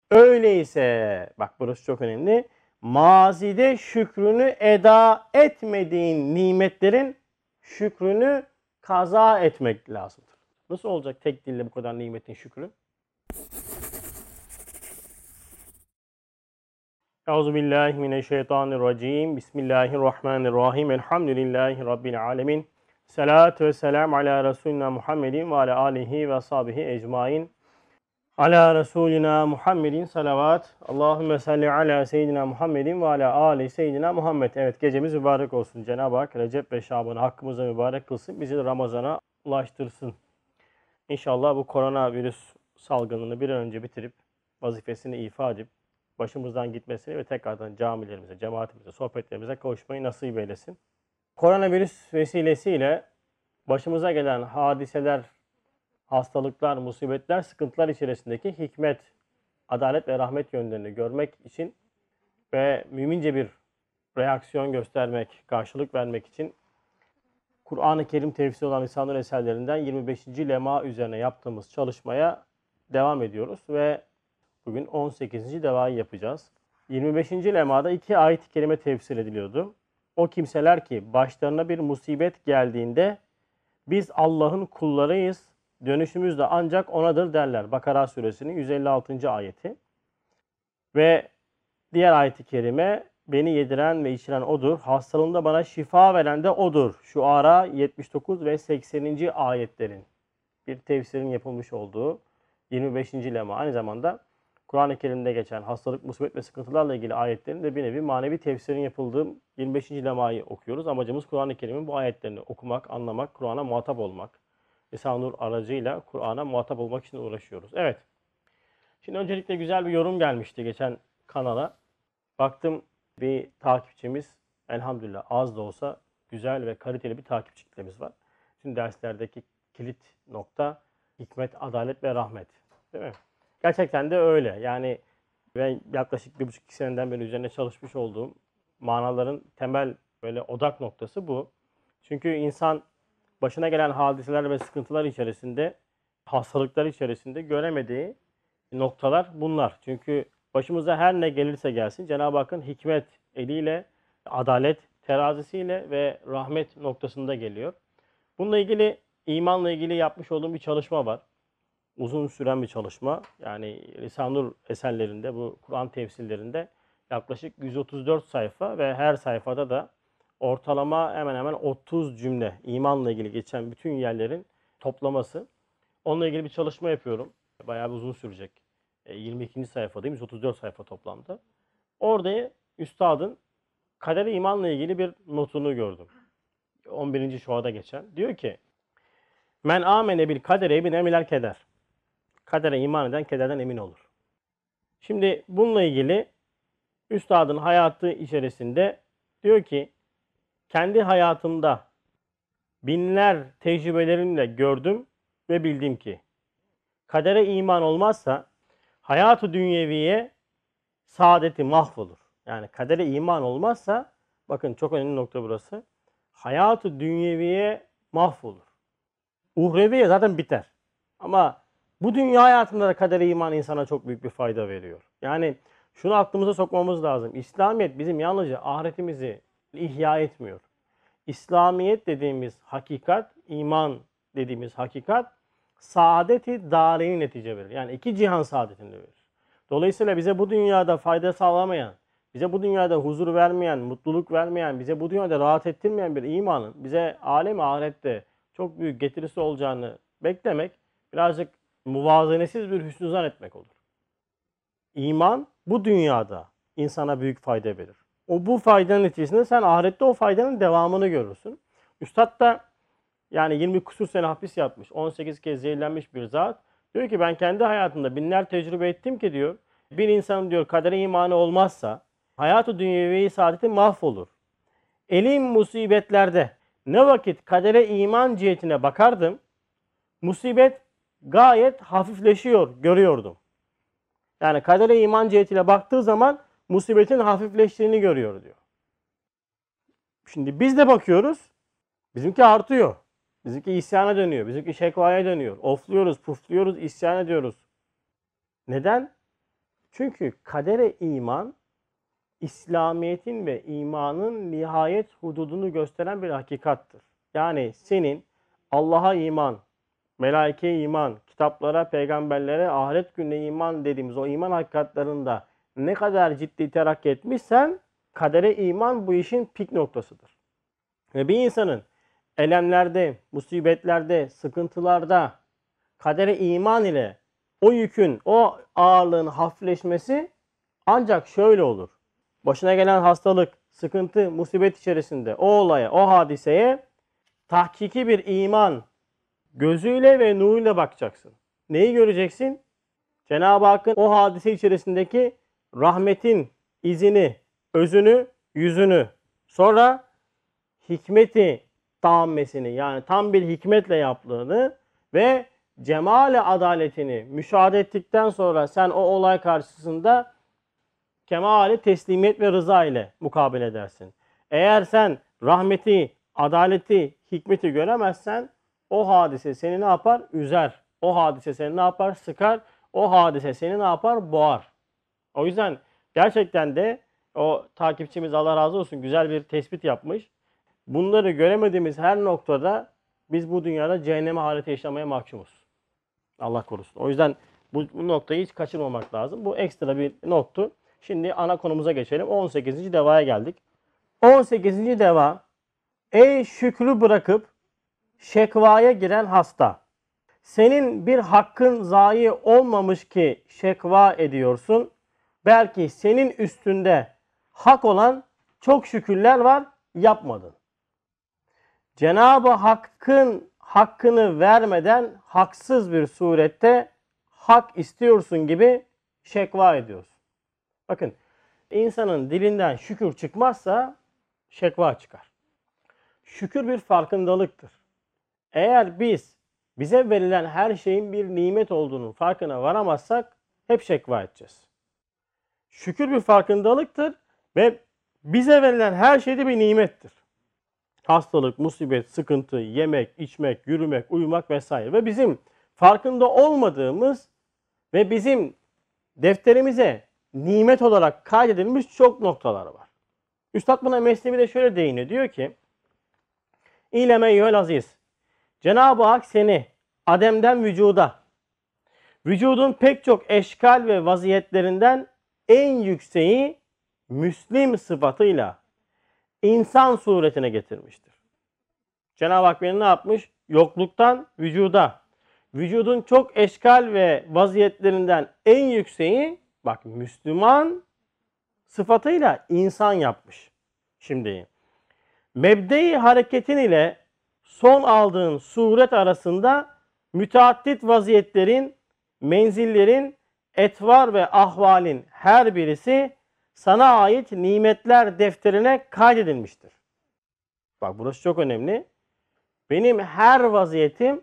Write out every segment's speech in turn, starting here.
Öyleyse, bak burası çok önemli. Mazide şükrünü eda etmediğin nimetlerin şükrünü kaza etmek lazımdır. Nasıl olacak tek dille bu kadar nimetin şükrü? Euzubillahimineşşeytanirracim. Bismillahirrahmanirrahim. Elhamdülillahi Rabbil alemin. Salatu ve selamu ala Resulina Muhammedin ve ala alihi ve sahbihi ecmain. Ala Resulina Muhammedin salavat. Allahümme salli ala seyyidina Muhammedin ve ala ali seyyidina Muhammed. Evet, gecemiz mübarek olsun. Cenab-ı Hak Recep ve Şaban'ı hakkımıza mübarek kılsın. Bizi de Ramazan'a ulaştırsın. İnşallah bu koronavirüs salgınını bir an önce bitirip vazifesini ifa edip başımızdan gitmesini ve tekrardan camilerimize, cemaatimize, sohbetlerimize kavuşmayı nasip eylesin. Koronavirüs vesilesiyle başımıza gelen hadiseler, hastalıklar, musibetler, sıkıntılar içerisindeki hikmet, adalet ve rahmet yönlerini görmek için ve mümince bir reaksiyon göstermek, karşılık vermek için Kur'an-ı Kerim tefsiri olan Lisan-ı eserlerinden 25. lema üzerine yaptığımız çalışmaya devam ediyoruz ve bugün 18. levayı yapacağız. 25. lemada 2 ayet-i kerime tefsir ediliyordu. O kimseler ki başlarına bir musibet geldiğinde biz Allah'ın kullarıyız, dönüşümüz de ancak O'nadır derler. Bakara suresinin 156. ayeti. Ve diğer ayet-i kerime beni yediren ve içiren O'dur. Hastalığımda bana şifa veren de O'dur. Şuara 79 ve 80. ayetlerin bir tefsirin yapılmış olduğu 25. lema. Aynı zamanda Kur'an-ı Kerim'de geçen hastalık, musibet ve sıkıntılarla ilgili ayetlerin de bir nevi manevi tefsirin yapıldığı 25. lemayı okuyoruz. Amacımız Kur'an-ı Kerim'in bu ayetlerini okumak, anlamak, Kur'an'a muhatap olmak. Lisan-ı Nur aracıyla Kur'an'a muhatap olmak için uğraşıyoruz. Evet. Şimdi öncelikle güzel bir yorum gelmişti geçen kanala. Baktım bir takipçimiz, elhamdülillah az da olsa güzel ve kaliteli bir takipçi kitlemiz var. Şimdi derslerdeki kilit nokta hikmet, adalet ve rahmet. Değil mi? Gerçekten de öyle. Yani ben yaklaşık 1,5-2 seneden beri üzerine çalışmış olduğum manaların temel böyle odak noktası bu. Çünkü insan başına gelen hadiseler ve sıkıntılar içerisinde, hastalıklar içerisinde göremediği noktalar bunlar. Çünkü başımıza her ne gelirse gelsin Cenab-ı Hakk'ın hikmet eliyle, adalet terazisiyle ve rahmet noktasında geliyor. Bununla ilgili, imanla ilgili yapmış olduğum bir çalışma var. Uzun süren bir çalışma. Yani Lisan-ı Nur eserlerinde, bu Kur'an tefsirlerinde yaklaşık 134 sayfa ve her sayfada da ortalama hemen hemen 30 cümle imanla ilgili geçen bütün yerlerin toplaması. Onunla ilgili bir çalışma yapıyorum. Bayağı bir uzun sürecek. 22. sayfadayım. 134 sayfa toplamda. Orada üstadın kader-i imanla ilgili bir notunu gördüm. 11. şuada geçen. Diyor ki: Men amene bil kadere ibn emilel keder. Kadere iman eden kederden emin olur. Şimdi bununla ilgili üstadın hayatı içerisinde diyor ki kendi hayatımda binler tecrübelerimle gördüm ve bildim ki kadere iman olmazsa hayat-ı dünyeviye saadeti mahvolur. Yani kadere iman olmazsa, bakın çok önemli nokta burası, hayat-ı dünyeviye mahvolur. Uhreviye zaten biter. Ama bu dünya hayatında da kadere iman insana çok büyük bir fayda veriyor. Yani şunu aklımıza sokmamız lazım. İslamiyet bizim yalnızca ahiretimizi ihya etmiyor. İslamiyet dediğimiz hakikat, iman dediğimiz hakikat, saadeti dareyn netice verir. Yani iki cihan saadetini verir. Dolayısıyla bize bu dünyada fayda sağlamayan, bize bu dünyada huzur vermeyen, mutluluk vermeyen, bize bu dünyada rahat ettirmeyen bir imanın bize alem ahirette çok büyük getirisi olacağını beklemek birazcık muvazenesiz bir hüsnü zan etmek olur. İman bu dünyada insana büyük fayda verir. Bu faydanın neticesinde sen ahirette o faydanın devamını görürsün. Üstad da yani 20 küsur sene hapis yatmış, 18 kez zehirlenmiş bir zat. Diyor ki ben kendi hayatımda binler tecrübe ettim ki diyor, bir insanın diyor kadere imanı olmazsa hayat-ı dünyevi saadeti mahvolur. Elim musibetlerde ne vakit kadere iman cihetine bakardım, musibet gayet hafifleşiyor, görüyordum. Yani kadere iman cihetiyle baktığı zaman musibetin hafifleştiğini görüyor diyor. Şimdi biz de bakıyoruz, bizimki artıyor. Bizimki isyana dönüyor, bizimki şekvaya dönüyor. Ofluyoruz, pufluyoruz, isyan ediyoruz. Neden? Çünkü kadere iman, İslamiyet'in ve imanın nihayet hududunu gösteren bir hakikattır. Yani senin Allah'a iman, melaikeye iman, kitaplara, peygamberlere, ahiret gününe iman dediğimiz o iman hakikatlarında ne kadar ciddi terakki etmişsen kadere iman bu işin pik noktasıdır. Ve bir insanın elemlerde, musibetlerde, sıkıntılarda kadere iman ile o yükün, o ağırlığın hafifleşmesi ancak şöyle olur. Başına gelen hastalık, sıkıntı, musibet içerisinde o olaya, o hadiseye tahkiki bir iman gözüyle ve nuruyla bakacaksın. Neyi göreceksin? Cenab-ı Hakk'ın o hadise içerisindeki rahmetin izini, özünü, yüzünü. Sonra hikmeti taammesini, yani tam bir hikmetle yaptığını ve cemale adaletini müşahede ettikten sonra sen o olay karşısında kemali teslimiyet ve rıza ile mukabele edersin. Eğer sen rahmeti, adaleti, hikmeti göremezsen o hadise seni ne yapar? Üzer. O hadise seni ne yapar? Sıkar. O hadise seni ne yapar? Boğar. O yüzden gerçekten de o takipçimiz Allah razı olsun güzel bir tespit yapmış. Bunları göremediğimiz her noktada biz bu dünyada cehenneme haleti yaşamaya mahkumuz. Allah korusun. O yüzden bu noktayı hiç kaçırmamak lazım. Bu ekstra bir nottu. Şimdi ana konumuza geçelim. 18. devaya geldik. 18. deva. Ey şükrü bırakıp şekvaya giren hasta. Senin bir hakkın zayi olmamış ki şekva ediyorsun. Belki senin üstünde hak olan çok şükürler var, yapmadın. Cenab-ı Hakk'ın hakkını vermeden haksız bir surette hak istiyorsun gibi şekva ediyorsun. Bakın, insanın dilinden şükür çıkmazsa şekva çıkar. Şükür bir farkındalıktır. Eğer bize verilen her şeyin bir nimet olduğunun farkına varamazsak hep şekva edeceğiz. Şükür bir farkındalıktır ve bize verilen her şey de bir nimettir. Hastalık, musibet, sıkıntı, yemek, içmek, yürümek, uyumak vesaire. Ve bizim farkında olmadığımız ve bizim defterimize nimet olarak kaydedilmiş çok noktalar var. Üstad buna Mesnevi de şöyle değiniyor. Diyor ki, İleme eyyuhel aziz. Cenab-ı Hak seni Adem'den vücudun pek çok eşkal ve vaziyetlerinden en yükseği Müslim sıfatıyla insan suretine getirmiştir. Cenab-ı Hak beni ne yapmış? Yokluktan vücudun çok eşkal ve vaziyetlerinden en yükseği bak Müslüman sıfatıyla insan yapmış. Şimdi mebde-i hareketin ile son aldığın suret arasında müteaddit vaziyetlerin, menzillerin, etvar ve ahvalin her birisi sana ait nimetler defterine kaydedilmiştir. Bak burası çok önemli. Benim her vaziyetim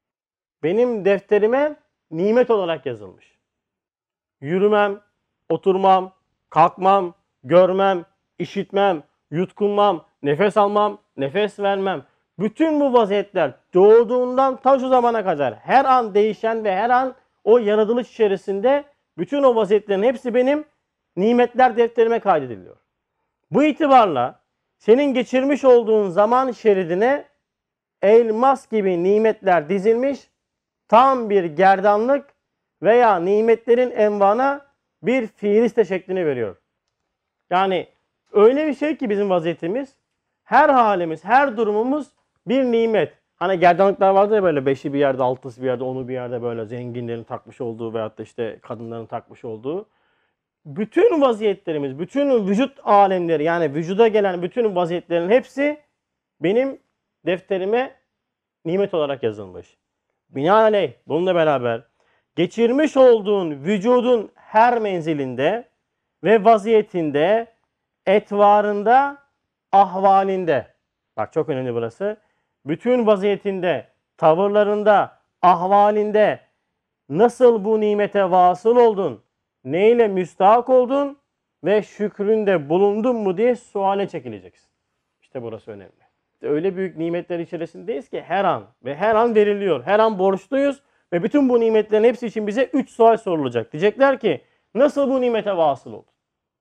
benim defterime nimet olarak yazılmış. Yürümem, oturmam, kalkmam, görmem, işitmem, yutkunmam, nefes almam, nefes vermem. Bütün bu vaziyetler doğduğundan ta şu zamana kadar her an değişen ve her an o yaratılış içerisinde bütün o vaziyetlerin hepsi benim nimetler defterime kaydediliyor. Bu itibarla senin geçirmiş olduğun zaman şeridine elmas gibi nimetler dizilmiş, tam bir gerdanlık veya nimetlerin envana bir fiiliste şeklini veriyor. Yani öyle bir şey ki bizim vaziyetimiz, her halimiz, her durumumuz bir nimet. Hani gerdanlıklar vardı ya böyle beşi bir yerde, altısı bir yerde, onu bir yerde böyle zenginlerin takmış olduğu veyahut da işte kadınların takmış olduğu. Bütün vaziyetlerimiz, bütün vücut alemleri yani vücuda gelen bütün vaziyetlerin hepsi benim defterime nimet olarak yazılmış. Binaenaleyh bununla beraber geçirmiş olduğun vücudun her menzilinde ve vaziyetinde, etvarında, ahvalinde. Bak çok önemli burası. Bütün vaziyetinde, tavırlarında, ahvalinde nasıl bu nimete vasıl oldun, neyle müstahak oldun ve şükründe bulundun mu diye suale çekileceksin. İşte burası önemli. Öyle büyük nimetler içerisindeyiz ki her an ve her an veriliyor. Her an borçluyuz ve bütün bu nimetlerin hepsi için bize 3 sual sorulacak. Diyecekler ki Nasıl bu nimete vasıl oldun?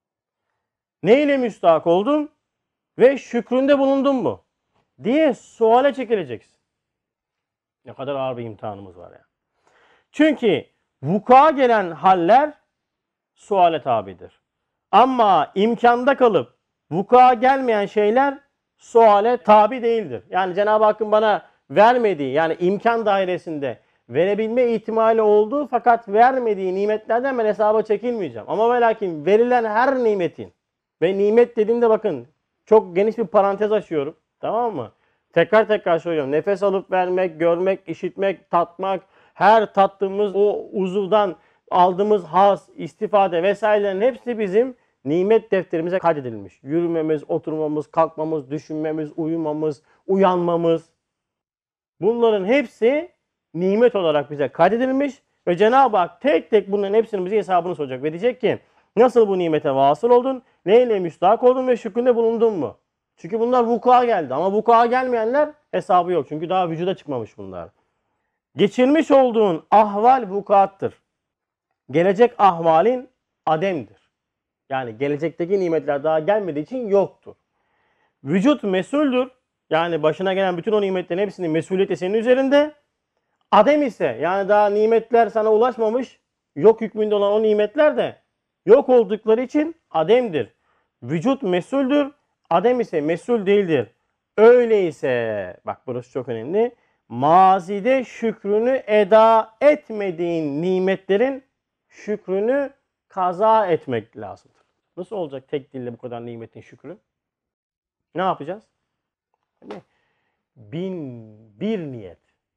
Neyle müstahak oldun? Ve şükründe bulundun mu? Diye suale çekileceksin. Ne kadar ağır bir imtihanımız var ya. Çünkü vuku'a gelen haller suale tabidir. Ama imkanda kalıp vuku'a gelmeyen şeyler suale tabi değildir. Yani Cenab-ı Hakk'ın bana vermediği, yani imkan dairesinde verebilme ihtimali olduğu fakat vermediği nimetlerden ben hesaba çekilmeyeceğim. Ama ve lakin verilen her nimetin, ve nimet dediğimde bakın çok geniş bir parantez açıyorum. Tamam mı? Tekrar tekrar söylüyorum. Nefes alıp vermek, görmek, işitmek, tatmak, her tattığımız o uzuvdan aldığımız haz, istifade vesairelerin hepsi bizim nimet defterimize kaydedilmiş. Yürümemiz, oturmamız, kalkmamız, düşünmemiz, uyumamız, uyanmamız. Bunların hepsi nimet olarak bize kaydedilmiş ve Cenab-ı Hak tek tek bunların hepsinin bize hesabını soracak ve diyecek ki nasıl bu nimete vasıl oldun, neyle müstahak oldun ve şükründe bulundun mu? Çünkü bunlar vuku'a geldi ama vuku'a gelmeyenler hesabı yok. Çünkü daha vücuda çıkmamış bunlar. Geçirmiş olduğun ahval vukuattır. Gelecek ahvalin ademdir. Yani gelecekteki nimetler daha gelmediği için yoktur. Vücut mesuldür. Yani başına gelen bütün o nimetlerin hepsinin mesuliyeti senin üzerinde. Adem ise yani daha nimetler sana ulaşmamış, yok hükmünde olan o nimetler de yok oldukları için ademdir. Vücut mesuldür. Adem ise mesul değildir. Öyleyse bak burası çok önemli. Mazide şükrünü eda etmediğin nimetlerin şükrünü kaza etmek lazımdır. Nasıl olacak tek dille bu kadar nimetin şükrü? Ne yapacağız? Hani bin bir niyet.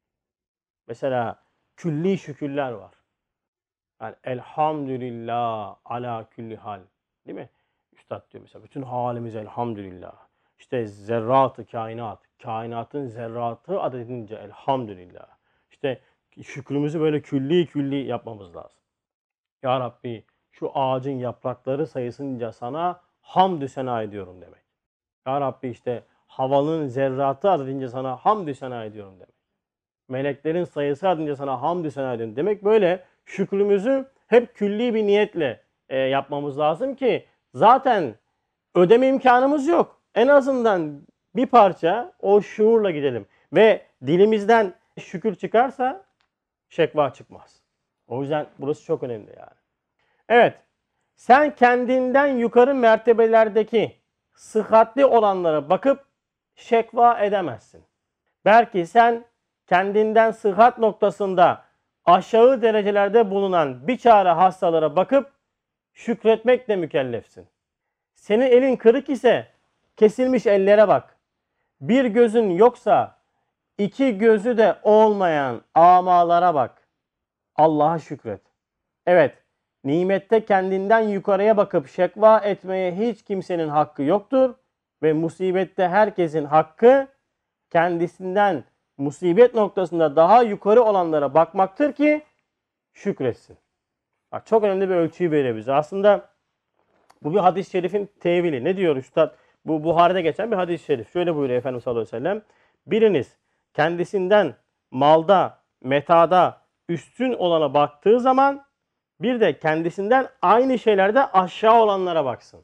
Mesela külli şükürler var. Yani elhamdülillah ala külli hal. Değil mi? Üstad diyor mesela bütün halimiz elhamdülillah. İşte zerratı kainat. Kainatın zerratı adedince elhamdülillah. İşte şükrümüzü böyle külli külli yapmamız lazım. Ya Rabbi şu ağacın yaprakları sayısınca sana hamdü sena ediyorum demek. Ya Rabbi işte havanın zerratı adedince sana hamdü sena ediyorum demek. Meleklerin sayısı adedince sana hamdü sena ediyorum demek. Böyle şükrümüzü hep külli bir niyetle yapmamız lazım ki zaten ödeme imkanımız yok. En azından bir parça o şuurla gidelim. Ve dilimizden şükür çıkarsa şekva çıkmaz. O yüzden burası çok önemli yani. Evet, sen kendinden yukarı mertebelerdeki sıhhatli olanlara bakıp şekva edemezsin. Belki sen kendinden sıhhat noktasında aşağı derecelerde bulunan bir çare hastalara bakıp şükretmekle mükellefsin. Senin elin kırık ise kesilmiş ellere bak. Bir gözün yoksa iki gözü de olmayan amalara bak. Allah'a şükret. Evet, nimette kendinden yukarıya bakıp şekva etmeye hiç kimsenin hakkı yoktur. Ve musibette herkesin hakkı kendisinden musibet noktasında daha yukarı olanlara bakmaktır ki şükretsin. Bak, çok önemli bir ölçüyü veriyor bize. Aslında bu bir hadis-i şerifin tevili. Ne diyor üstad? Bu Buhari'de geçen bir hadis-i şerif. Şöyle buyuruyor Efendimiz sallallahu aleyhi ve sellem. Biriniz kendisinden malda, metada üstün olana baktığı zaman bir de kendisinden aynı şeylerde aşağı olanlara baksın.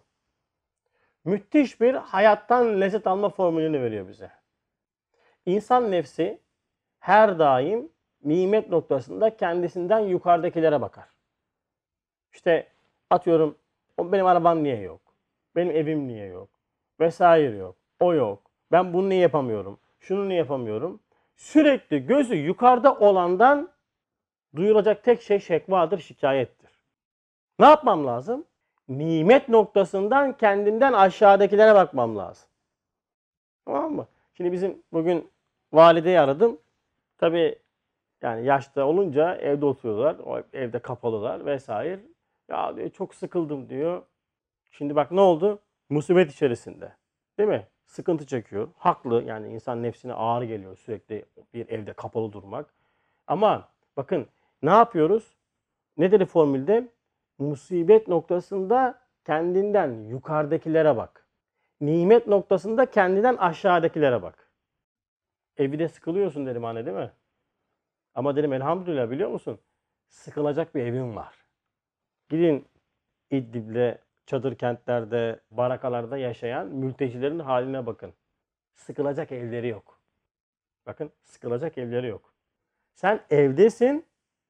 Müthiş bir hayattan lezzet alma formülünü veriyor bize. İnsan nefsi her daim nimet noktasında kendisinden yukarıdakilere bakar. İşte atıyorum benim arabam niye yok? Benim evim niye yok? Vesaire yok. O yok. Ben bunu niye yapamıyorum? Şunu niye yapamıyorum? Sürekli gözü yukarıda olandan duyulacak tek şey şekvadır, şikayettir. Ne yapmam lazım? Nimet noktasından kendimden aşağıdakilere bakmam lazım. Tamam mı? Şimdi bizim bugün valideyi aradım. Tabii yani yaşta olunca evde oturuyorlar. O evde kapalılar vesaire. Ya diyor çok sıkıldım diyor. Şimdi bak ne oldu? Musibet içerisinde. Değil mi? Sıkıntı çekiyor. Haklı, yani insan nefsine ağır geliyor sürekli bir evde kapalı durmak. Ama bakın ne yapıyoruz? Ne dedi formülde? Musibet noktasında kendinden yukarıdakilere bak. Nimet noktasında kendinden aşağıdakilere bak. Evde sıkılıyorsun dedim anne, değil mi? Ama dedim elhamdülillah biliyor musun? Sıkılacak bir evim var. Gidin İdlib'de, çadır kentlerde, barakalarda yaşayan mültecilerin haline bakın. Sıkılacak evleri yok. Bakın, sıkılacak evleri yok. Sen evdesin,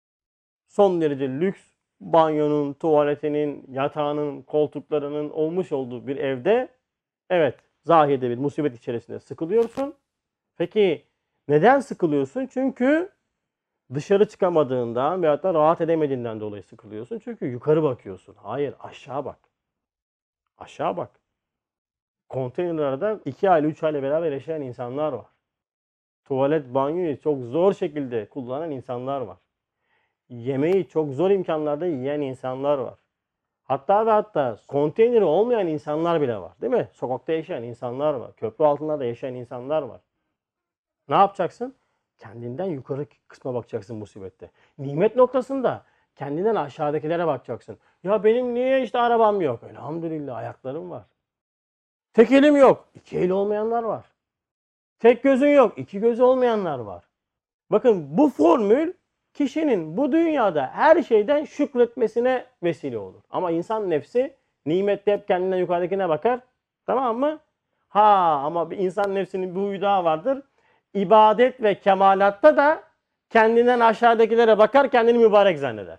son derece lüks, banyonun, tuvaletinin, yatağının, koltuklarının olmuş olduğu bir evde, evet, zahirde bir musibet içerisinde sıkılıyorsun. Peki neden sıkılıyorsun? Çünkü dışarı çıkamadığından veyahut da rahat edemediğinden dolayı sıkılıyorsun. Çünkü yukarı bakıyorsun. Hayır, aşağı bak. Aşağı bak. Konteynerlarda 2 aile 3 aile beraber yaşayan insanlar var. Tuvalet, banyoyu çok zor şekilde kullanan insanlar var. Yemeği çok zor imkanlarda yiyen insanlar var. Hatta ve hatta konteyneri olmayan insanlar bile var. Değil mi? Sokakta yaşayan insanlar var. Köprü altında da yaşayan insanlar var. Ne yapacaksın? Kendinden yukarı kısma bakacaksın musibette. Nimet noktasında kendinden aşağıdakilere bakacaksın. Ya benim niye işte arabam yok? Elhamdülillah ayaklarım var. Tek elim yok. 2 eli olmayanlar var. Tek gözün yok. 2 gözü olmayanlar var. Bakın bu formül kişinin bu dünyada her şeyden şükretmesine vesile olur. Ama insan nefsi nimette hep kendinden yukarıdakine bakar. Tamam mı? Ama bir insan nefsinin bir huyu daha vardır. İbadet ve kemalatta da kendinden aşağıdakilere bakar, kendini mübarek zanneder.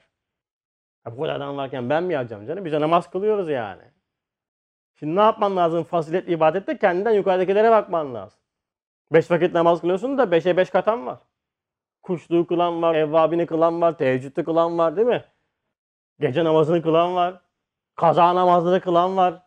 Bu kadar adam varken ben mi yapacağım canım? Biz de namaz kılıyoruz yani. Şimdi ne yapman lazım fazilet ibadette? Kendinden yukarıdakilere bakman lazım. 5 vakit namaz kılıyorsun da 5'e 5 katan var. Kuşluğu kılan var, evvabini kılan var, teheccüdü kılan var değil mi? Gece namazını kılan var. Kaza namazını kılan var.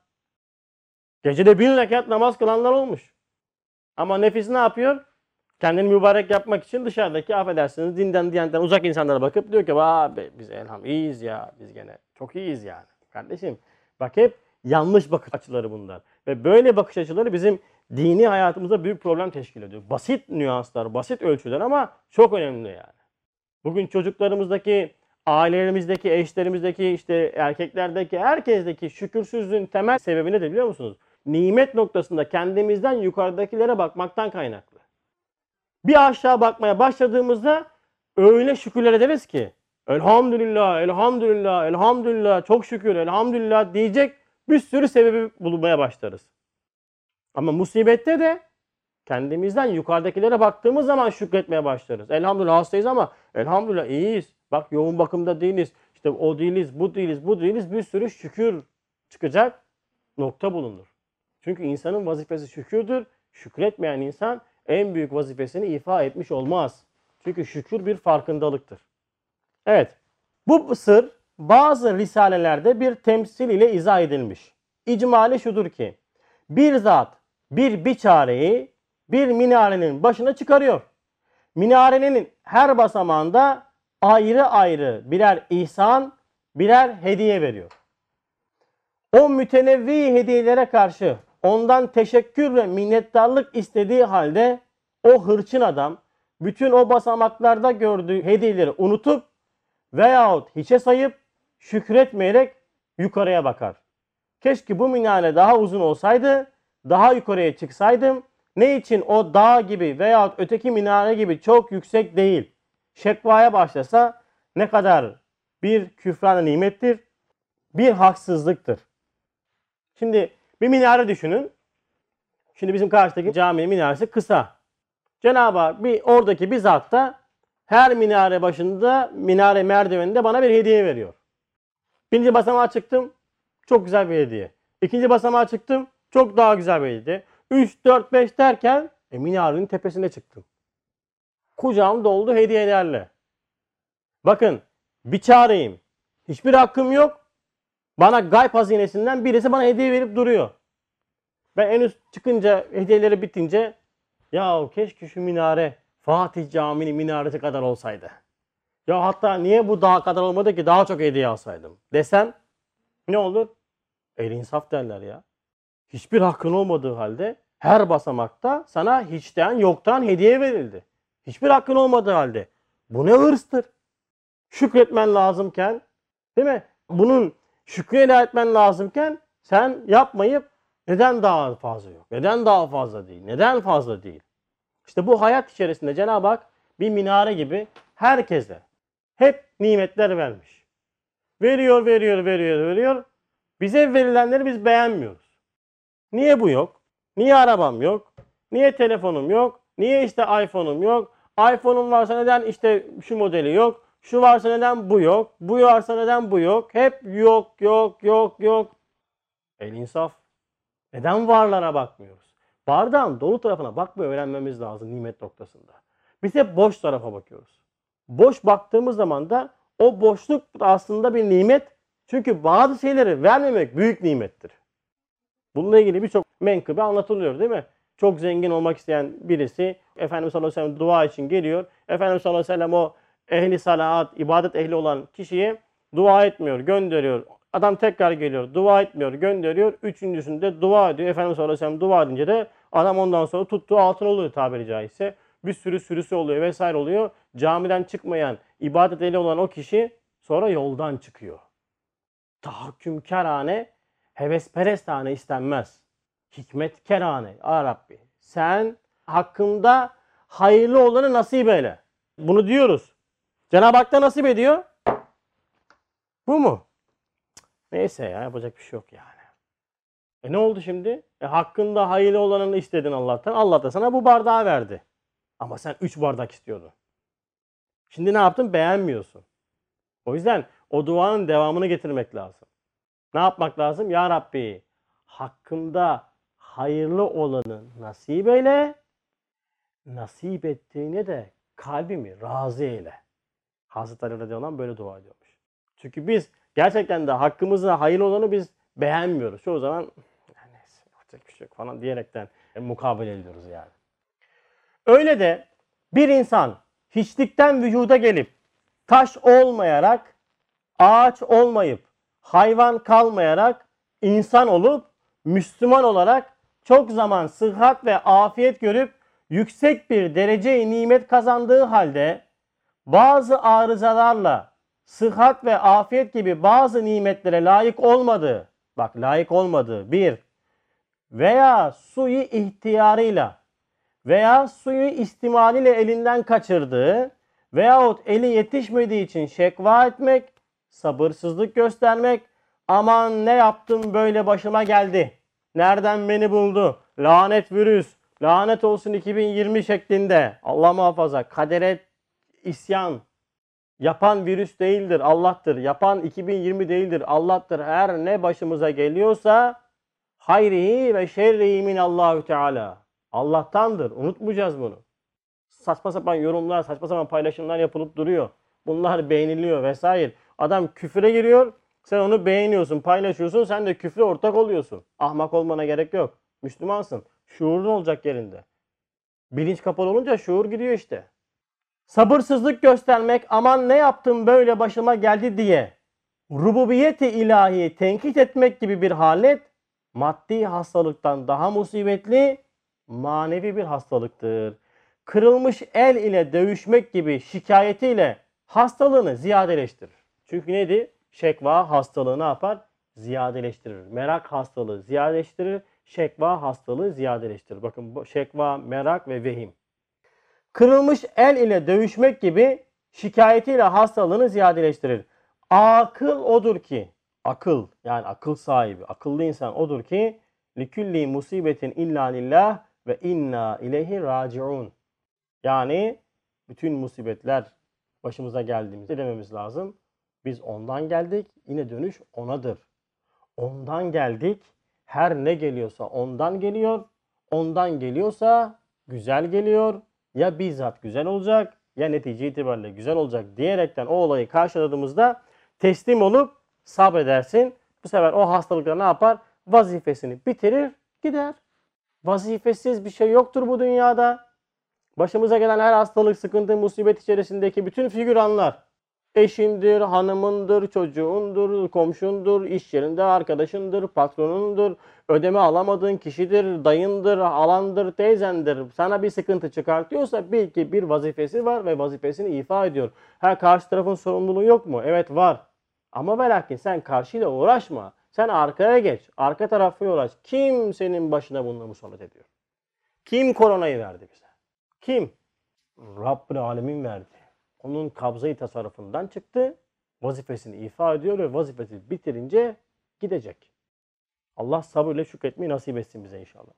Gecede 1000 rekat namaz kılanlar olmuş. Ama nefis ne yapıyor? Kendini mübarek yapmak için dışarıdaki affedersiniz dinden diyaneten uzak insanlara bakıp diyor ki biz elham iyiyiz ya, biz gene çok iyiyiz yani. Kardeşim bak hep yanlış bakış açıları bunlar. Ve böyle bakış açıları bizim dini hayatımıza büyük problem teşkil ediyor. Basit nüanslar, basit ölçüler ama çok önemli yani. Bugün çocuklarımızdaki, ailelerimizdeki, eşlerimizdeki, işte erkeklerdeki, herkesteki şükürsüzlüğün temel sebebi nedir biliyor musunuz? Nimet noktasında kendimizden yukarıdakilere bakmaktan kaynaklı. Bir aşağı bakmaya başladığımızda öyle şükürler ederiz ki elhamdülillah, elhamdülillah, elhamdülillah, çok şükür, elhamdülillah diyecek bir sürü sebebi bulmaya başlarız. Ama musibette de kendimizden yukarıdakilere baktığımız zaman şükretmeye başlarız. Elhamdülillah hastayız ama elhamdülillah iyiyiz. Bak yoğun bakımda değiliz. İşte o değiliz, bu değiliz, bu değiliz. Bir sürü şükür çıkacak nokta bulunur. Çünkü insanın vazifesi şükürdür. Şükretmeyen insan en büyük vazifesini ifa etmiş olmaz. Çünkü şükür bir farkındalıktır. Evet, bu sır bazı risalelerde bir temsil ile izah edilmiş. İcmali şudur ki, bir zat bir biçareyi bir minarenin başına çıkarıyor. Minarenin her basamağında ayrı ayrı birer ihsan, birer hediye veriyor. O mütenevvi hediyelere karşı ondan teşekkür ve minnettarlık istediği halde o hırçın adam bütün o basamaklarda gördüğü hediyeleri unutup veyahut hiçe sayıp şükretmeyerek yukarıya bakar. Keşke bu minare daha uzun olsaydı, daha yukarıya çıksaydım. Ne için o dağ gibi veyahut öteki minare gibi çok yüksek değil. Şekvaya başlasa ne kadar bir küfran nimettir, bir haksızlıktır. Şimdi bir minare düşünün. Şimdi bizim karşıdaki caminin minaresi kısa. Cenab-ı Hak oradaki bir zat da her minare başında, minare merdiveninde bana bir hediye veriyor. Birinci basamağa çıktım, çok güzel bir hediye. İkinci basamağa çıktım, çok daha güzel bir hediye. 3, 4, 5 derken minarenin tepesine çıktım. Kucağım doldu hediyelerle. Bakın, biçareyim. Hiçbir hakkım yok. Bana gayb hazinesinden birisi bana hediye verip duruyor. Ben en üst çıkınca, hediyeleri bitince ya keşke şu minare Fatih Camii'nin minaresi kadar olsaydı. Ya hatta niye bu daha kadar olmadı ki daha çok hediye alsaydım desem ne olur? El insaf derler ya. Hiçbir hakkın olmadığı halde her basamakta sana hiçten yoktan hediye verildi. Hiçbir hakkın olmadığı halde. Bu ne hırstır? Şükretmen lazımken, değil mi? Bunun şükrü eda etmen lazımken sen yapmayıp neden daha fazla yok? Neden daha fazla değil? Neden fazla değil? İşte bu hayat içerisinde Cenab-ı Hak bir minare gibi herkese hep nimetler vermiş. Veriyor, veriyor, veriyor, veriyor. Bize verilenleri biz beğenmiyoruz. Niye bu yok? Niye arabam yok? Niye telefonum yok? Niye işte iPhone'um yok? iPhone'um varsa neden işte şu modeli yok? Şu varsa neden bu yok? Bu varsa neden bu yok? Hep yok, yok, yok, yok. El insaf. Neden varlara bakmıyoruz? Bardağın dolu tarafına bakmayı öğrenmemiz lazım nimet noktasında. Biz hep boş tarafa bakıyoruz. Boş baktığımız zaman da o boşluk aslında bir nimet. Çünkü bazı şeyleri vermemek büyük nimettir. Bununla ilgili birçok menkıbe anlatılıyor değil mi? Çok zengin olmak isteyen birisi Efendimiz sallallahu aleyhi ve sellem dua için geliyor. Efendimiz sallallahu aleyhi ve sellem o ehli salahat, ibadet ehli olan kişiye dua etmiyor, gönderiyor. Adam tekrar geliyor, dua etmiyor, gönderiyor. Üçüncüsünde dua ediyor. Efendimiz sallallahu aleyhi ve sellem dua edince de adam ondan sonra tuttuğu altın oluyor tabiri caizse. Bir sürü sürüsü oluyor vesaire oluyor. Camiden çıkmayan, ibadet ehli olan o kişi sonra yoldan çıkıyor. Tahakkümkârane, hevesperestane istenmez. Hikmetkerane. Ya Rabbi sen hakkımda hayırlı olanı nasip eyle. Bunu diyoruz. Cenab-ı Hak da nasip ediyor. Bu mu? Neyse ya yapacak bir şey yok yani. Ne oldu şimdi? Hakkında hayırlı olanını istedin Allah'tan. Allah da sana bu bardağı verdi. Ama sen 3 bardak istiyordun. Şimdi ne yaptın? Beğenmiyorsun. O yüzden o duanın devamını getirmek lazım. Ne yapmak lazım? Ya Rabbi hakkımda hayırlı olanı nasip eyle. Nasip ettiğine de kalbimi razı eyle. Hazreti Ali radıyallahu anh böyle dua ediyormuş. Çünkü biz gerçekten de hakkımızda hayırlı olanı biz beğenmiyoruz. Çoğu zaman neyse yapacak bir şey yok falan diyerekten mukabele ediyoruz yani. Öyle de bir insan hiçlikten vücuda gelip taş olmayarak, ağaç olmayıp, hayvan kalmayarak insan olup, Müslüman olarak çok zaman sıhhat ve afiyet görüp yüksek bir derece-i nimet kazandığı halde bazı arızalarla sıhhat ve afiyet gibi bazı nimetlere layık olmadığı, bak layık olmadığı bir veya suyu ihtiyarıyla veya suyu istimaliyle elinden kaçırdığı veyahut eli yetişmediği için şekva etmek, sabırsızlık göstermek, aman ne yaptım böyle başıma geldi, nereden beni buldu, lanet virüs, lanet olsun 2020 şeklinde Allah muhafaza kadere isyan, yapan virüs değildir Allah'tır, yapan 2020 değildir Allah'tır, her ne başımıza geliyorsa hayrihi ve şerrihi minallahü teala. Allah'tandır. Unutmayacağız bunu. Saçma sapan yorumlar, saçma sapan paylaşımlar yapılıp duruyor. Bunlar beğeniliyor vesaire. Adam küfüre giriyor. Sen onu beğeniyorsun, paylaşıyorsun. Sen de küfre ortak oluyorsun. Ahmak olmana gerek yok. Müslümansın. Şuurun olacak yerinde. Bilinç kapalı olunca şuur gidiyor işte. Sabırsızlık göstermek, aman ne yaptım böyle başıma geldi diye rububiyeti ilahiyi tenkit etmek gibi bir halet maddi hastalıktan daha musibetli manevi bir hastalıktır. Kırılmış el ile dövüşmek gibi şikayetiyle hastalığını ziyadeleştirir. Çünkü neydi? Şekva hastalığı ne yapar? Ziyadeleştirir. Merak hastalığı ziyadeleştirir. Şekva hastalığı ziyadeleştirir. Bakın bu şekva, merak ve vehim. Kırılmış el ile dövüşmek gibi şikayetiyle hastalığını ziyadeleştirir. Akıl odur ki, akıl yani akıl sahibi, akıllı insan odur ki likulli musibetin illa lillah ve inna ileyhi raciun. Yani bütün musibetler başımıza geldiğimizde dememiz lazım. Biz ondan geldik, yine dönüş onadır. Ondan geldik, her ne geliyorsa ondan geliyor. Ondan geliyorsa güzel geliyor. Ya bizzat güzel olacak ya netice itibariyle güzel olacak diyerekten o olayı karşıladığımızda teslim olup sabredersin. Bu sefer o hastalıkla ne yapar? Vazifesini bitirir, gider. Vazifesiz bir şey yoktur bu dünyada. Başımıza gelen her hastalık, sıkıntı, musibet içerisindeki bütün figüranlar, eşindir, hanımındır, çocuğundur, komşundur, iş yerinde arkadaşındır, patronundur, ödeme alamadığın kişidir, dayındır, halandır, teyzendir. Sana bir sıkıntı çıkartıyorsa bil ki bir vazifesi var ve vazifesini ifa ediyor. Ha karşı tarafın sorumluluğu yok mu? Evet var. Ama ve lakin sen karşıyla uğraşma. Sen arkaya geç. Arka tarafı uğraş. Kim senin başına bununla musallat ediyor? Kim koronayı verdi bize? Kim? Rabbül Alemin verdi. Onun kabzayı tasarrufundan çıktı. Vazifesini ifa ediyor ve vazifesi bitirince gidecek. Allah sabırla şükretmeyi nasip etsin bize inşallah.